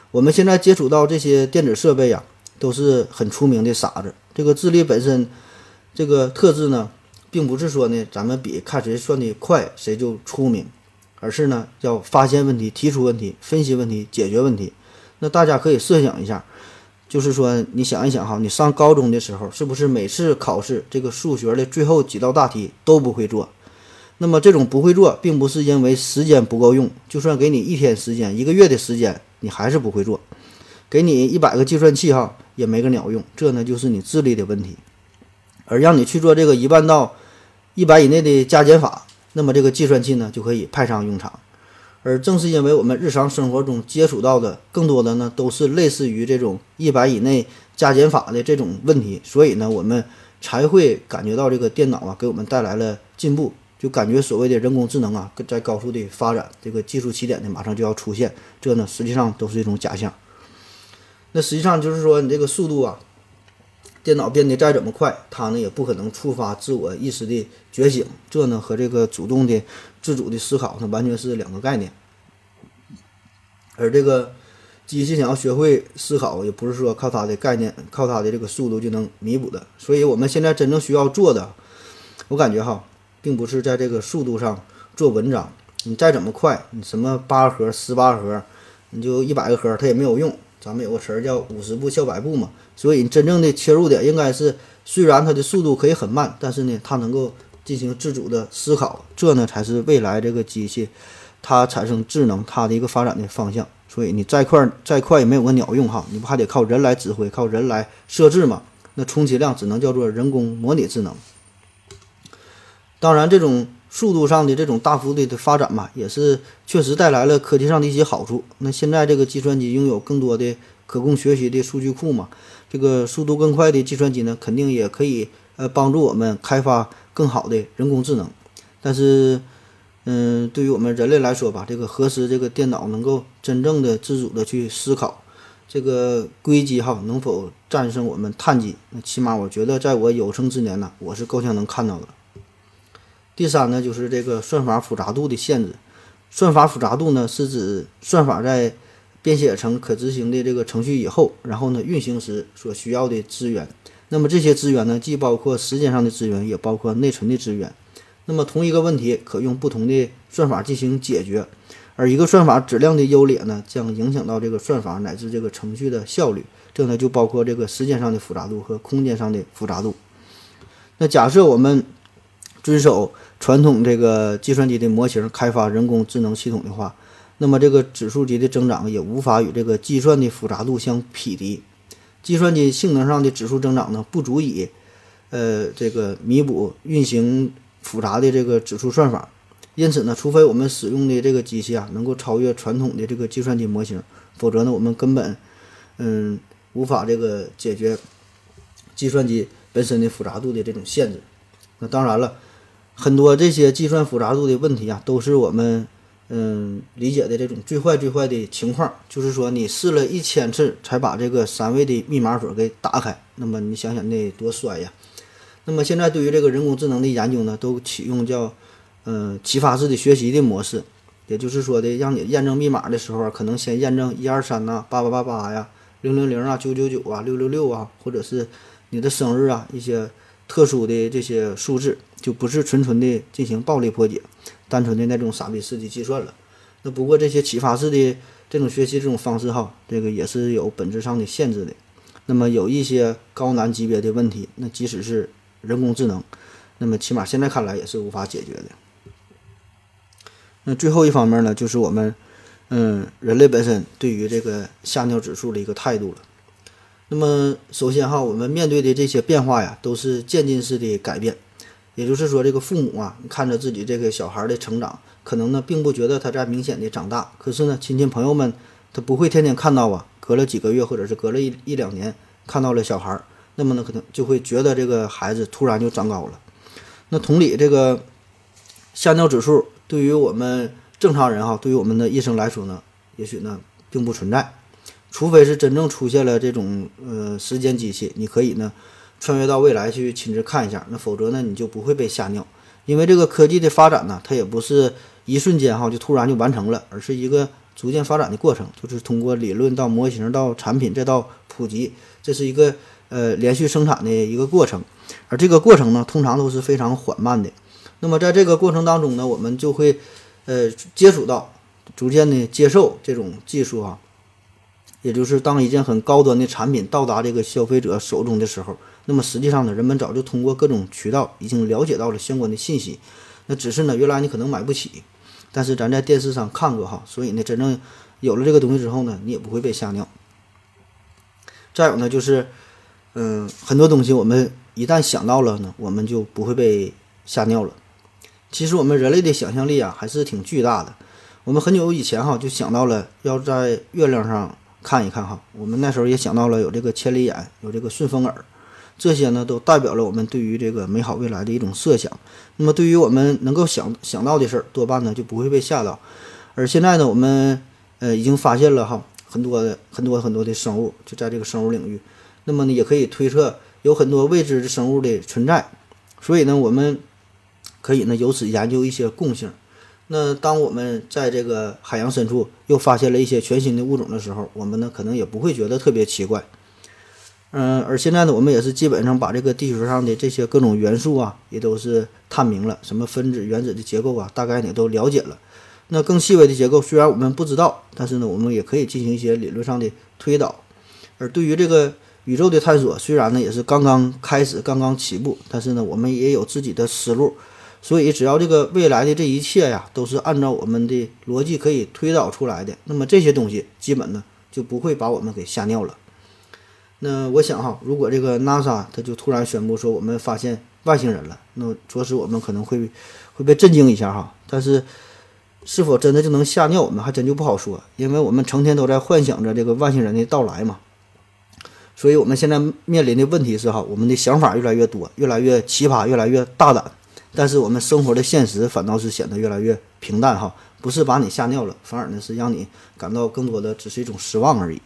Speaker 2: 我们现在接触到这些电子设备啊，都是很出名的傻子。这个智力本身这个特质呢，并不是说呢咱们比看谁算的快谁就出名，而是呢要发现问题、提出问题、分析问题、解决问题。那大家可以设想一下，就是说你想一想哈，你上高中的时候是不是每次考试这个数学的最后几道大题都不会做？那么这种不会做并不是因为时间不够用，就算给你1天时间、1个月的时间你还是不会做，给你100个计算器哈也没个鸟用，这呢就是你智力的问题。而让你去做这个1万到100以内的加减法，那么这个计算器呢就可以派上用场。而正是因为我们日常生活中接触到的更多的呢都是类似于这种100以内加减法的这种问题，所以呢我们才会感觉到这个电脑啊给我们带来了进步，就感觉所谓的人工智能啊在高速的发展，这个技术起点呢马上就要出现，这呢实际上都是一种假象。那实际上就是说你这个速度啊，电脑变得再怎么快，它呢也不可能触发自我意识的觉醒，这呢和这个主动的自主的思考呢完全是两个概念。而这个机器想要学会思考，也不是说靠它的概念、靠它的这个速度就能弥补的。所以我们现在真正需要做的，我感觉哈，并不是在这个速度上做文章。你再怎么快，你什么8核、18核，你就100个核，它也没有用。咱们有个词儿叫50步笑100步嘛，所以你真正的切入点应该是，虽然它的速度可以很慢，但是呢，它能够进行自主的思考，这呢才是未来这个机器它产生智能它的一个发展的方向。所以你再快也没有个鸟用哈，你不还得靠人来指挥、靠人来设置嘛？那充其量只能叫做人工模拟智能。当然，这种速度上的这种大幅度的发展嘛，也是确实带来了科技上的一些好处。那现在这个计算机拥有更多的可供学习的数据库嘛，这个速度更快的计算机呢，肯定也可以帮助我们开发更好的人工智能。但是，对于我们人类来说吧，这个何时这个电脑能够真正的自主的去思考，这个硅基哈能否战胜我们碳基？那起码我觉得在我有生之年呢，我是够呛能看到的。第三呢，就是这个算法复杂度的限制。算法复杂度呢，是指算法在编写成可执行的这个程序以后，然后呢运行时所需要的资源。那么这些资源呢，既包括时间上的资源，也包括内存的资源。那么同一个问题可用不同的算法进行解决，而一个算法质量的优劣呢，将影响到这个算法乃至这个程序的效率。这呢就包括这个时间上的复杂度和空间上的复杂度。那假设我们遵守传统这个计算机的模型开发人工智能系统的话，那么这个指数级的增长也无法与这个计算的复杂度相匹敌。计算机性能上的指数增长呢，不足以这个弥补运行复杂的这个指数算法。因此呢，除非我们使用的这个机器啊能够超越传统的这个计算机模型，否则呢我们根本无法这个解决计算机本身的复杂度的这种限制。那当然了，很多这些计算复杂度的问题啊，都是我们理解的这种最坏的情况，就是说你试了1000次才把这个3位的密码锁给打开，那么你想想那多衰呀。那么现在对于这个人工智能的研究呢，都启用叫启发式的学习的模式，也就是说的让你验证密码的时候啊，可能先验证123啊、8888呀、000啊、999啊、666啊，或者是你的生日啊，一些特殊的这些数字，就不是纯的进行暴力破解，单纯的那种傻逼式的计算了。那不过这些启发式的这种学习这种方式哈，这个也是有本质上的限制的。那么有一些高难级别的问题，那即使是人工智能，那么起码现在看来也是无法解决的。那最后一方面呢，就是我们人类本身对于这个下降指数的一个态度了。那么首先哈，我们面对的这些变化呀，都是渐进式的改变。也就是说，这个父母啊，看着自己这个小孩的成长，可能呢并不觉得他在明显的长大，可是呢亲戚朋友们他不会天天看到啊，隔了几个月或者是隔了一两年看到了小孩，那么呢可能就会觉得这个孩子突然就长高了。那同理，这个下降指数对于我们正常人哈，对于我们的一生来说呢，也许呢并不存在，除非是真正出现了这种时间机器，你可以呢穿越到未来去亲自看一下，那否则呢你就不会被吓尿。因为这个科技的发展呢，它也不是一瞬间哈就突然就完成了，而是一个逐渐发展的过程，就是通过理论到模型到产品再到普及，这是一个连续生产的一个过程。而这个过程呢，通常都是非常缓慢的。那么在这个过程当中呢，我们就会接触到，逐渐的接受这种技术啊，也就是当一件很高端的产品到达这个消费者手中的时候，那么实际上呢，人们早就通过各种渠道已经了解到了相关的信息。那只是呢，原来你可能买不起，但是咱在电视上看过哈，所以呢，真正有了这个东西之后呢，你也不会被吓尿。再有呢，就是很多东西我们一旦想到了呢，我们就不会被吓尿了。其实我们人类的想象力啊，还是挺巨大的。我们很久以前哈就想到了要在月亮上看一看哈，我们那时候也想到了有这个千里眼，有这个顺风耳，这些呢都代表了我们对于这个美好未来的一种设想。那么对于我们能够想到的事儿，多半呢就不会被吓到。而现在呢，我们已经发现了哈很多的生物，就在这个生物领域。那么呢，也可以推测有很多未知的生物的存在。所以呢，我们可以呢由此研究一些共性。那当我们在这个海洋深处又发现了一些全新的物种的时候，我们呢可能也不会觉得特别奇怪。而现在呢，我们也是基本上把这个地球上的这些各种元素啊，也都是探明了，什么分子、原子的结构啊，大概也都了解了。那更细微的结构虽然我们不知道，但是呢，我们也可以进行一些理论上的推导。而对于这个宇宙的探索，虽然呢也是刚刚开始、刚刚起步，但是呢，我们也有自己的思路。所以只要这个未来的这一切呀，都是按照我们的逻辑可以推导出来的，那么这些东西基本呢就不会把我们给吓尿了。那我想哈，如果这个 NASA 它就突然宣布说我们发现外星人了，那着实我们可能会被震惊一下哈。但是是否真的就能吓尿我们，还真就不好说，因为我们成天都在幻想着这个外星人的到来嘛。所以我们现在面临的问题是哈，我们的想法越来越多，越来越奇葩，越来越大胆。但是我们生活的现实反倒是显得越来越平淡哈，不是把你吓尿了，反而呢是让你感到更多的只是一种失望而已。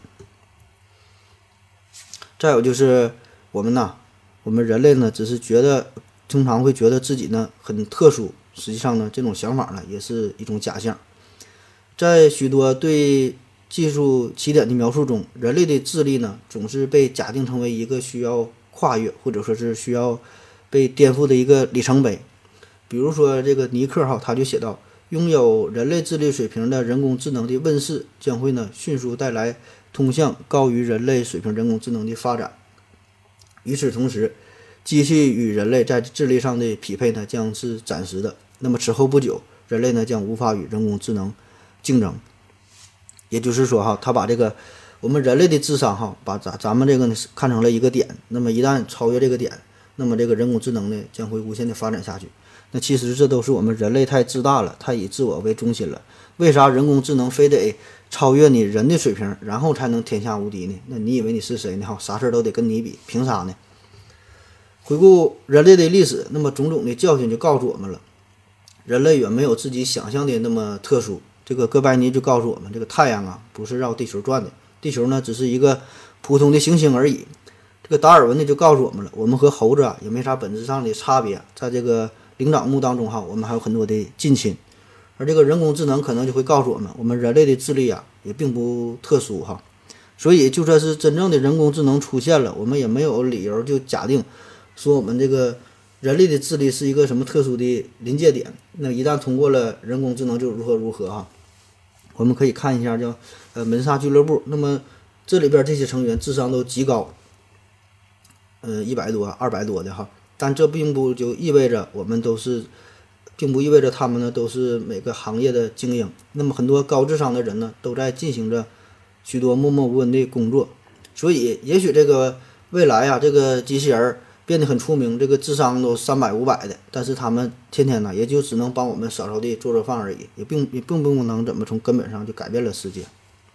Speaker 2: 再有就是我们人类呢，只是通常会觉得自己呢很特殊，实际上呢这种想法呢也是一种假象。在许多对技术起点的描述中，人类的智力呢总是被假定成为一个需要跨越或者说是需要被颠覆的一个里程碑。比如说这个尼克他就写到，拥有人类智力水平的人工智能的问世将会呢迅速带来通向高于人类水平人工智能的发展。与此同时，机器与人类在智力上的匹配呢将是暂时的，那么此后不久，人类呢将无法与人工智能竞争。也就是说哈，他把这个我们人类的智商哈，把咱们这个呢看成了一个点，那么一旦超越这个点，那么这个人工智能呢将会无限的发展下去。那其实这都是我们人类太自大了，太以自我为中心了。为啥人工智能非得超越你人的水平，然后才能天下无敌呢？那你以为你是谁呢？啥事都得跟你比，凭啥呢？回顾人类的历史，那么种种的教训就告诉我们了，人类远没有自己想象的那么特殊。这个哥白尼就告诉我们，这个太阳啊不是绕地球转的，地球呢只是一个普通的行星而已。这个达尔文呢就告诉我们了，我们和猴子啊也没啥本质上的差别，在这个灵长目当中哈，我们还有很多的近亲。而这个人工智能可能就会告诉我们，我们人类的智力啊也并不特殊哈。所以就算是真正的人工智能出现了，我们也没有理由就假定说我们这个人类的智力是一个什么特殊的临界点。那一旦通过了人工智能就如何哈。我们可以看一下叫门萨俱乐部，那么这里边这些成员智商都极高，100多200多的哈。但这并不就意味着并不意味着他们呢都是每个行业的精英。那么很多高智商的人呢都在进行着许多默默无闻的工作。所以也许这个未来啊，这个机器人变得很出名，这个智商都300、500的，但是他们天天呢也就只能帮我们稍稍的做饭而已，也并不能怎么从根本上就改变了世界。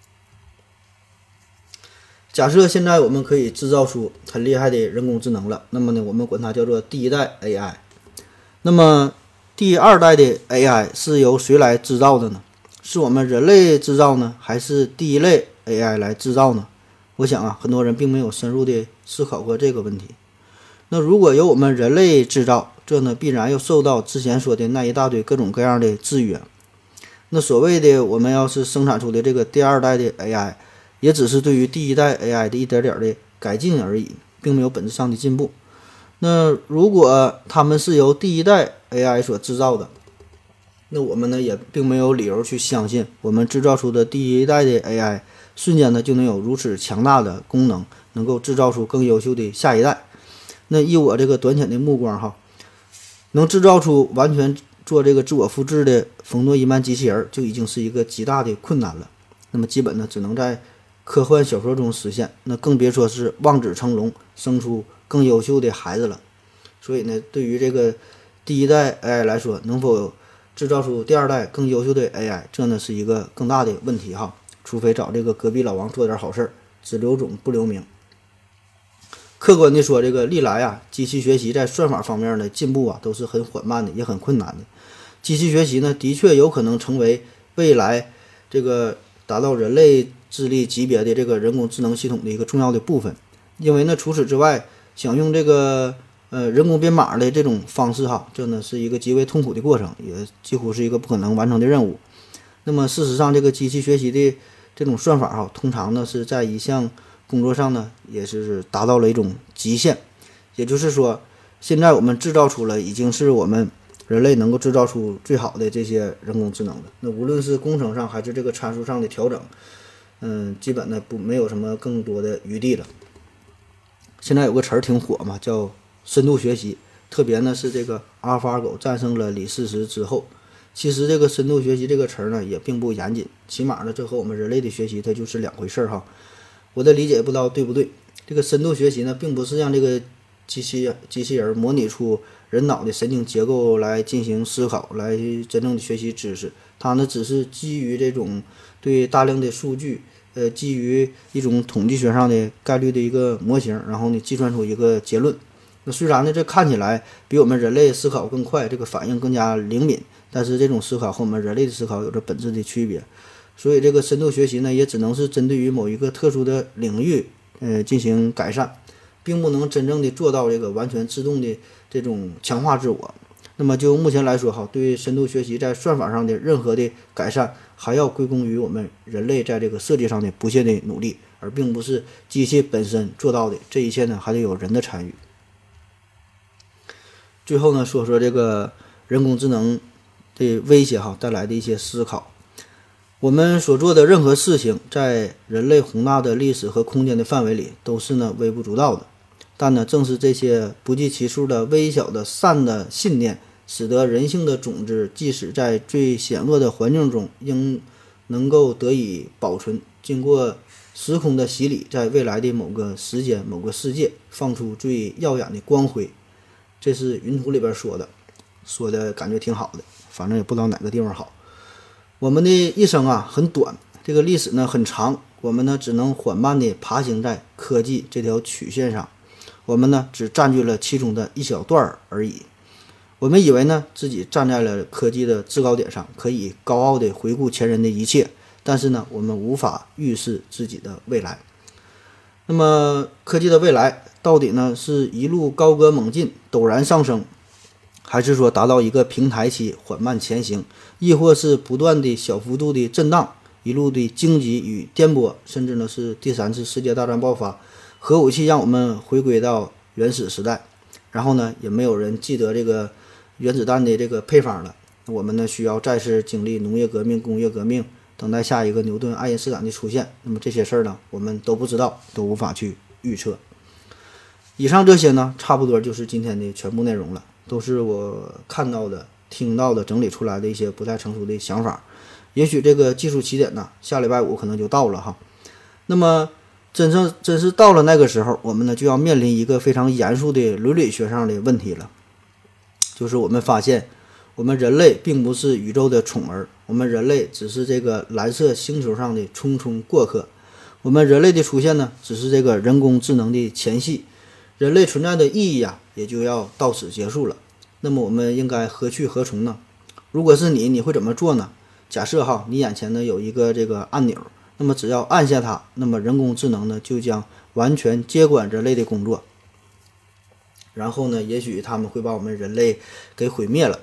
Speaker 2: 假设现在我们可以制造出很厉害的人工智能了，那么呢我们管它叫做第一代 AI。 那么第二代的 AI 是由谁来制造的呢？是我们人类制造呢，还是第一类 AI 来制造呢？我想啊，很多人并没有深入的思考过这个问题。那如果由我们人类制造，这呢必然要受到之前说的那一大堆各种各样的制约。 那所谓的我们要是生产出的这个第二代的 AI， 也只是对于第一代 AI 的一点点的改进而已，并没有本质上的进步。那如果他们是由第一代 AI 所制造的，那我们呢也并没有理由去相信我们制造出的第一代的 AI 瞬间呢就能有如此强大的功能，能够制造出更优秀的下一代。那以我这个短浅的目光哈，能制造出完全做这个自我复制的冯诺依曼机器人就已经是一个极大的困难了。那么基本呢只能在科幻小说中实现，那更别说是望子成龙生出更优秀的孩子了。所以呢对于这个第一代 AI 来说，能否制造出第二代更优秀的 AI， 这呢是一个更大的问题哈。除非找这个隔壁老王做点好事儿，只留种不留名。客观的说，这个历来啊，机器学习在算法方面的进步啊，都是很缓慢的，也很困难的。机器学习呢，的确有可能成为未来这个达到人类智力级别的这个人工智能系统的一个重要的部分。因为呢，除此之外，想用这个人工编码的这种方式哈，这呢是一个极为痛苦的过程，也几乎是一个不可能完成的任务。那么事实上，这个机器学习的这种算法哈，通常呢是在一项工作上呢也是达到了一种极限。也就是说，现在我们制造出了已经是我们人类能够制造出最好的这些人工智能了。那无论是工程上还是这个参数上的调整，基本呢没有什么更多的余地了。现在有个词儿挺火嘛，叫深度学习，特别呢是这个阿尔法狗战胜了李世石之后，其实这个深度学习这个词儿呢也并不严谨，起码呢这和我们人类的学习它就是两回事儿哈。我的理解不知道对不对，这个深度学习呢并不是让这个机器人模拟出人脑的神经结构来进行思考，来真正的学习知识，它呢只是基于这种对大量的数据基于一种统计学上的概率的一个模型，然后呢计算出一个结论。那虽然呢这看起来比我们人类思考更快，这个反应更加灵敏，但是这种思考和我们人类的思考有着本质的区别。所以这个深度学习呢也只能是针对于某一个特殊的领域进行改善，并不能真正的做到这个完全自动的这种强化自我。那么就目前来说哈，对于深度学习在算法上的任何的改善，还要归功于我们人类在这个设计上的不懈的努力，而并不是机器本身做到的。这一切呢还得有人的参与。最后呢说说这个人工智能的威胁哈带来的一些思考。我们所做的任何事情，在人类宏大的历史和空间的范围里，都是呢微不足道的。但呢，正是这些不计其数的微小的善的信念，使得人性的种子，即使在最险恶的环境中，应能够得以保存，经过时空的洗礼，在未来的某个时间、某个世界，放出最耀眼的光辉。这是云图里边说的感觉挺好的，反正也不知道哪个地方好。我们的一生啊很短，这个历史呢很长，我们呢只能缓慢地爬行在科技这条曲线上，我们呢只占据了其中的一小段而已。我们以为呢自己站在了科技的制高点上，可以高傲地回顾前人的一切，但是呢我们无法预示自己的未来。那么科技的未来到底呢是一路高歌猛进陡然上升，还是说达到一个平台期缓慢前行，亦或是不断的小幅度的震荡，一路的荆棘与颠簸，甚至呢是第三次世界大战爆发，核武器让我们回归到原始时代，然后呢也没有人记得这个原子弹的这个配方了，我们呢需要再次经历农业革命、工业革命，等待下一个牛顿、爱因斯坦的出现。那么这些事儿呢我们都不知道，都无法去预测。以上这些呢差不多就是今天的全部内容了，都是我看到的、听到的、整理出来的一些不太成熟的想法。也许这个技术起点呢下礼拜五可能就到了哈。那么真是到了那个时候，我们呢就要面临一个非常严肃的伦理学上的问题了，就是我们发现我们人类并不是宇宙的宠儿，我们人类只是这个蓝色星球上的匆匆过客，我们人类的出现呢只是这个人工智能的前戏，人类存在的意义啊也就要到此结束了。那么我们应该何去何从呢？如果是你会怎么做呢？假设哈你眼前呢有一个这个按钮，那么只要按下它，那么人工智能呢就将完全接管人类的工作，然后呢也许他们会把我们人类给毁灭了。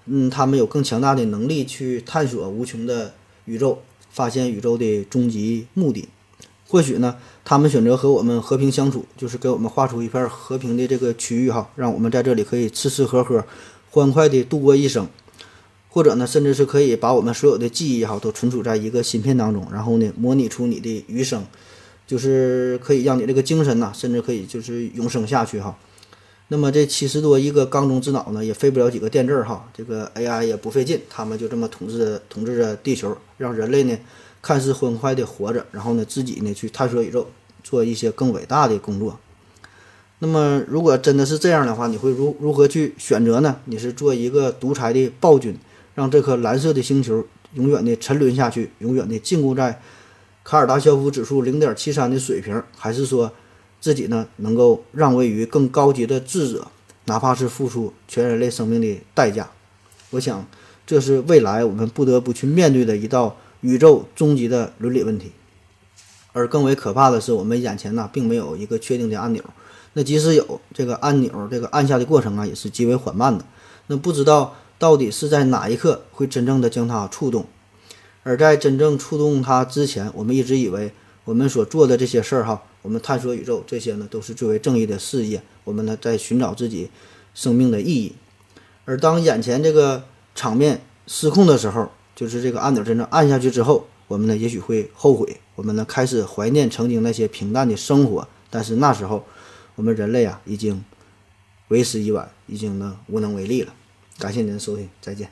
Speaker 2: 他们有更强大的能力去探索无穷的宇宙，发现宇宙的终极目的。或许呢，他们选择和我们和平相处，就是给我们画出一片和平的这个区域哈，让我们在这里可以吃吃喝喝，欢快的度过一生。或者呢，甚至是可以把我们所有的记忆也好都存储在一个芯片当中，然后呢，模拟出你的余生，就是可以让你这个精神呐，甚至可以就是永生下去哈。那么这70多亿个缸中之脑呢，也费不了几个电字哈，这个 AI 也不费劲，他们就这么统治着地球，让人类呢看似欢快的活着，然后呢自己呢去探索宇宙，做一些更伟大的工作。那么如果真的是这样的话，你会如何去选择呢？你是做一个独裁的暴君，让这颗蓝色的星球永远的沉沦下去，永远的禁锢在卡尔达肖夫指数 0.73 的水平，还是说自己呢能够让位于更高级的智者，哪怕是付出全人类生命的代价？我想这是未来我们不得不去面对的一道宇宙终极的伦理问题。而更为可怕的是，我们眼前呢并没有一个确定的按钮，那即使有这个按钮，这个按下的过程啊也是极为缓慢的，那不知道到底是在哪一刻会真正的将它触动。而在真正触动它之前，我们一直以为我们所做的这些事儿哈，我们探索宇宙这些呢都是最为正义的事业，我们呢在寻找自己生命的意义。而当眼前这个场面失控的时候，就是这个按钮真正按下去之后，我们呢也许会后悔，我们呢开始怀念曾经那些平淡的生活，但是那时候我们人类啊已经为时已晚，已经呢无能为力了。感谢您的收听，再见。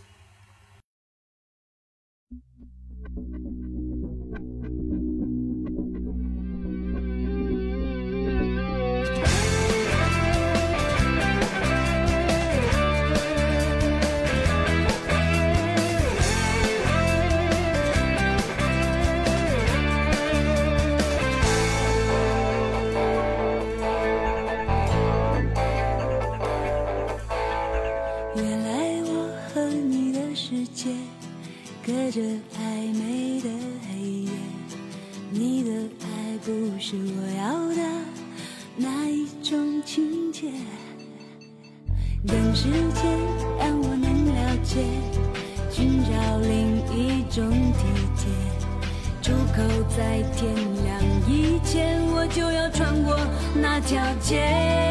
Speaker 6: 隔着暧昧的黑夜，你的爱不是我要的那一种情节，等时间让我能了解，寻找另一种体贴，出口在天亮以前，我就要穿过那条街。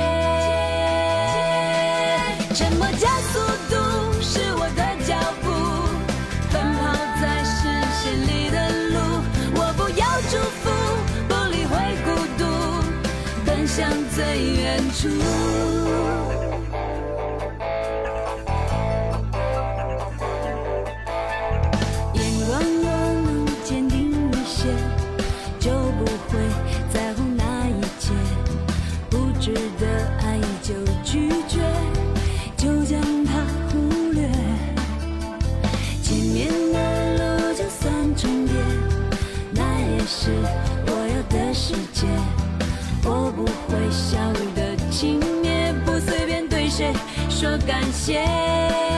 Speaker 6: 沉默加速度是我的脚步，奔跑在视线里的路，我不要祝福，不理会孤独，奔向最远处。眼光若能坚定一些，就不会在乎那一切，不值得爱就拒绝，就将它忽略。前面的路就算重叠，那也是我要的世界。我不会笑的轻蔑，不随便对谁说感谢。